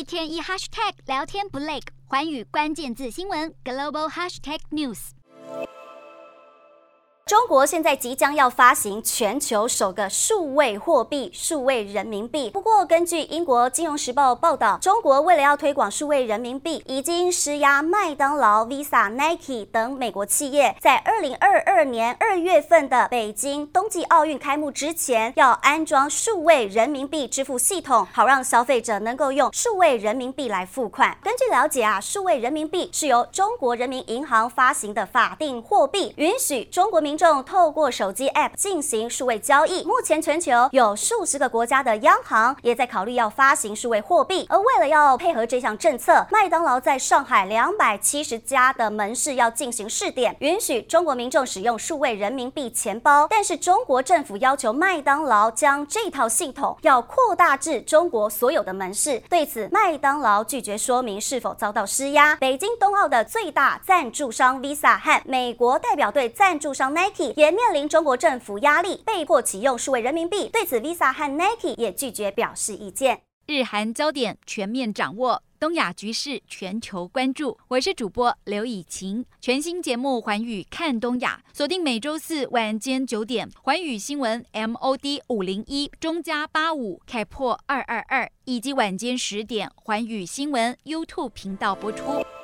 天一 hashtag 聊天不累，寰宇关键字新闻 global hashtag news。 中国现在即将要发行全球首个数位货币——数位人民币。不过，根据英国《金融时报》报道，中国为了要推广数位人民币，已经施压麦当劳、Visa、Nike 等美国企业，在2022年2月份的北京冬季奥运开幕之前，要安装数位人民币支付系统，好让消费者能够用数位人民币来付款。根据了解数位人民币是由中国人民银行发行的法定货币，允许中国民众透过手机 App 进行数位交易。目前全球有数十个国家的央行也在考虑要发行数位货币，而为了要配合这项政策，麦当劳在上海270家的门市要进行试点，允许中国民众使用数位人民币钱包。但是中国政府要求麦当劳将这套系统要扩大至中国所有的门市，对此麦当劳拒绝说明是否遭到施压。北京冬奥的最大赞助商 Visa 和美国代表队赞助商 Nike 也面临中国政府压力，被迫启用数位人民币。对此 Visa 和 Nike 也拒绝表示意见。 日韩焦点全面掌握，东亚局势全球关注。我是主播刘以晴，全新节目寰宇看东亚，锁定每周四晚间9点，寰宇新闻 MOD 501中加85开破222，以及晚间10点寰宇新闻 YouTube 频道播出。